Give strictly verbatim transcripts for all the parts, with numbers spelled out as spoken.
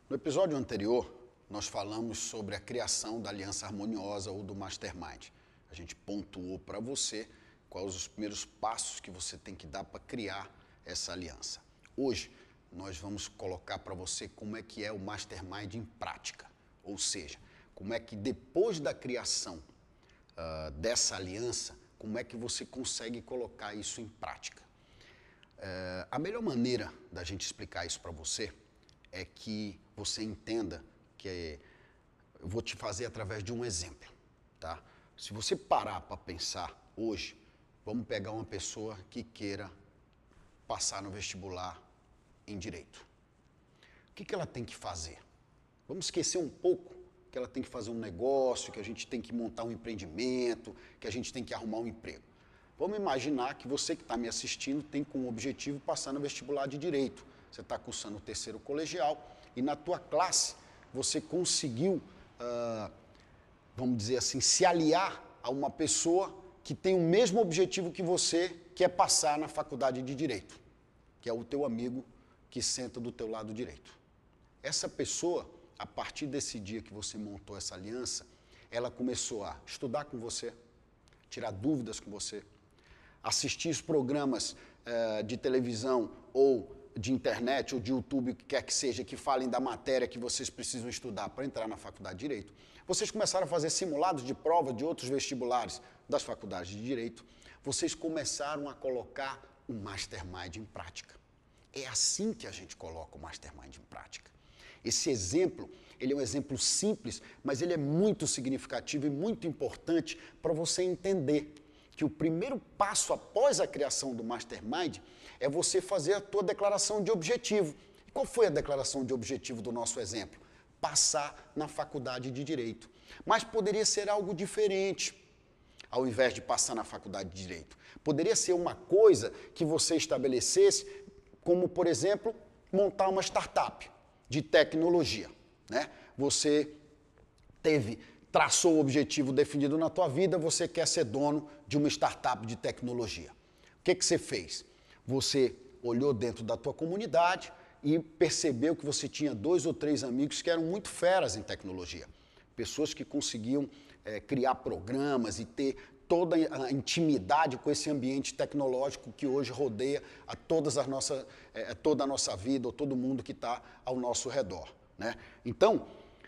No episódio anterior, nós falamos sobre a criação da aliança harmoniosa ou do Mastermind. A gente pontuou para você quais os primeiros passos que você tem que dar para criar essa aliança. Hoje, nós vamos colocar para você como é que é o Mastermind em prática. Ou seja, como é que depois da criação uh, dessa aliança, como é que você consegue colocar isso em prática. Uh, a melhor maneira da gente explicar isso para você é que você entenda que eu vou te fazer através de um exemplo, tá? Se você parar para pensar hoje, vamos pegar uma pessoa que queira passar no vestibular em Direito. O que que ela tem que fazer? Vamos esquecer um pouco que ela tem que fazer um negócio, que a gente tem que montar um empreendimento, que a gente tem que arrumar um emprego. Vamos imaginar que você que está me assistindo tem como objetivo passar no vestibular de Direito. Você está cursando o terceiro colegial e na tua classe você conseguiu, uh, vamos dizer assim, se aliar a uma pessoa que tem o mesmo objetivo que você, que é passar na faculdade de Direito, que é o teu amigo que senta do teu lado direito. Essa pessoa, a partir desse dia que você montou essa aliança, ela começou a estudar com você, tirar dúvidas com você, assistir os programas uh, de televisão ou de internet ou de YouTube, o que quer que seja, que falem da matéria que vocês precisam estudar para entrar na faculdade de Direito. Vocês começaram a fazer simulados de prova de outros vestibulares das faculdades de Direito. Vocês começaram a colocar o Mastermind em prática. É assim que a gente coloca o Mastermind em prática. Esse exemplo, ele é um exemplo simples, mas ele é muito significativo e muito importante para você entender que o primeiro passo após a criação do Mastermind é você fazer a tua declaração de objetivo. E qual foi a declaração de objetivo do nosso exemplo? Passar na faculdade de Direito. Mas poderia ser algo diferente, ao invés de passar na faculdade de Direito. Poderia ser uma coisa que você estabelecesse, como, por exemplo, montar uma startup de tecnologia, né? Você teve, traçou o objetivo definido na tua vida, você quer ser dono de uma startup de tecnologia. O que que você fez? Você olhou dentro da tua comunidade e percebeu que você tinha dois ou três amigos que eram muito feras em tecnologia. Pessoas que conseguiam é, criar programas e ter toda a intimidade com esse ambiente tecnológico que hoje rodeia a todas as nossas, é, toda a nossa vida, ou todo mundo que está ao nosso redor, né? Então,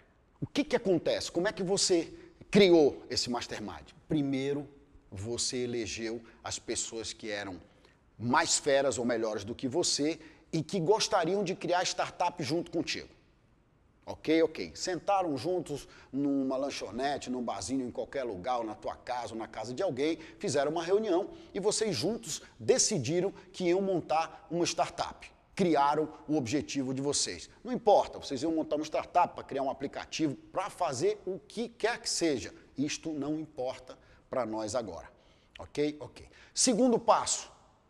o que que acontece? Como é que você criou esse Mastermind? Primeiro, você elegeu as pessoas que eram mais feras ou melhores do que você e que gostariam de criar startup junto contigo. Ok, ok. Sentaram juntos numa lanchonete, num barzinho, em qualquer lugar, ou na tua casa, ou na casa de alguém, fizeram uma reunião e vocês juntos decidiram que iam montar uma startup. Criaram o objetivo de vocês. Não importa, vocês iam montar uma startup para criar um aplicativo, para fazer o que quer que seja. Isto não importa para nós agora. Ok? Ok. Segundo passo.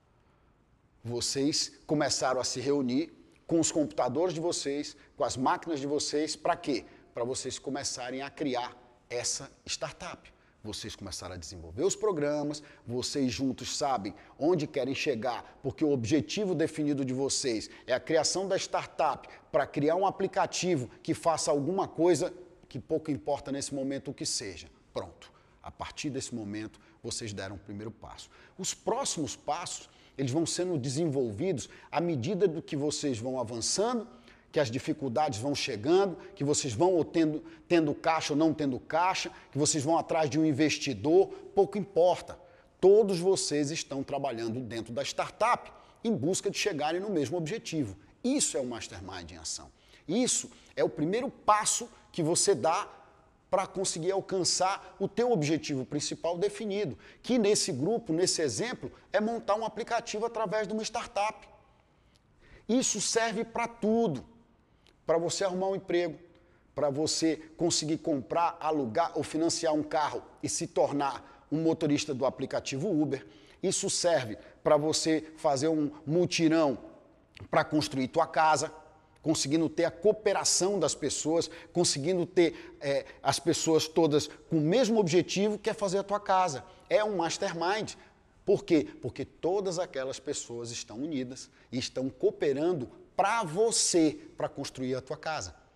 Vocês começaram a se reunir com os computadores de vocês, com as máquinas de vocês, para quê? Para vocês começarem a criar essa startup. Vocês começaram a desenvolver os programas, vocês juntos sabem onde querem chegar, porque o objetivo definido de vocês é a criação da startup para criar um aplicativo que faça alguma coisa que pouco importa nesse momento o que seja. Pronto. A partir desse momento, vocês deram o primeiro passo. Os próximos passos, eles vão sendo desenvolvidos à medida do que vocês vão avançando, que as dificuldades vão chegando, que vocês vão tendo, tendo caixa ou não tendo caixa, que vocês vão atrás de um investidor, pouco importa. Todos vocês estão trabalhando dentro da startup em busca de chegarem no mesmo objetivo. Isso é o Mastermind em ação. Isso é o primeiro passo que você dá para conseguir alcançar o teu objetivo principal definido, que nesse grupo, nesse exemplo, é montar um aplicativo através de uma startup. Isso serve para tudo, para você arrumar um emprego, para você conseguir comprar, alugar ou financiar um carro e se tornar um motorista do aplicativo Uber. Isso serve para você fazer um mutirão para construir tua casa, conseguindo ter a cooperação das pessoas, conseguindo ter é, as pessoas todas com o mesmo objetivo, que é fazer a tua casa. É um Mastermind. Por quê? Porque todas aquelas pessoas estão unidas e estão cooperando para você, para construir a tua casa.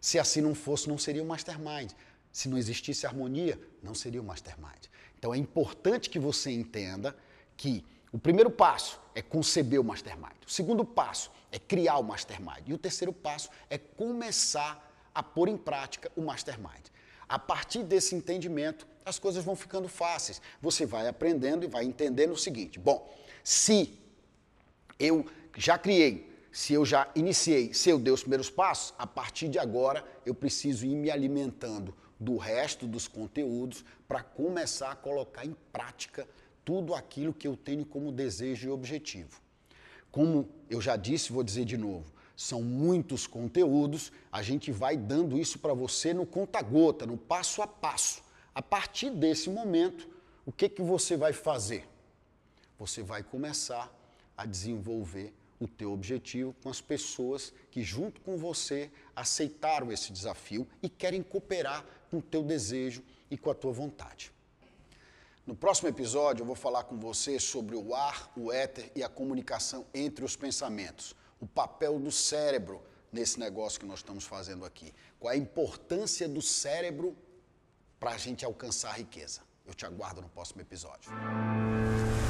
Se assim não fosse, não seria o Mastermind. Se não existisse harmonia, não seria o Mastermind. Então é importante que você entenda que o primeiro passo é conceber o Mastermind. O segundo passo é criar o Mastermind. E o terceiro passo é começar a pôr em prática o Mastermind. A partir desse entendimento, as coisas vão ficando fáceis. Você vai aprendendo e vai entendendo o seguinte: bom, se eu já criei, se eu já iniciei, se eu dei os primeiros passos, a partir de agora eu preciso ir me alimentando do resto dos conteúdos para começar a colocar em prática tudo aquilo que eu tenho como desejo e objetivo. Como eu já disse, vou dizer de novo, são muitos conteúdos, a gente vai dando isso para você no conta-gota, no passo a passo. A partir desse momento, o que, que você vai fazer? Você vai começar a desenvolver o teu objetivo com as pessoas que junto com você aceitaram esse desafio e querem cooperar com o teu desejo e com a tua vontade. No próximo episódio eu vou falar com você sobre o ar, o éter e a comunicação entre os pensamentos, o papel do cérebro nesse negócio que nós estamos fazendo aqui, qual é a importância do cérebro para a gente alcançar a riqueza. Eu te aguardo no próximo episódio.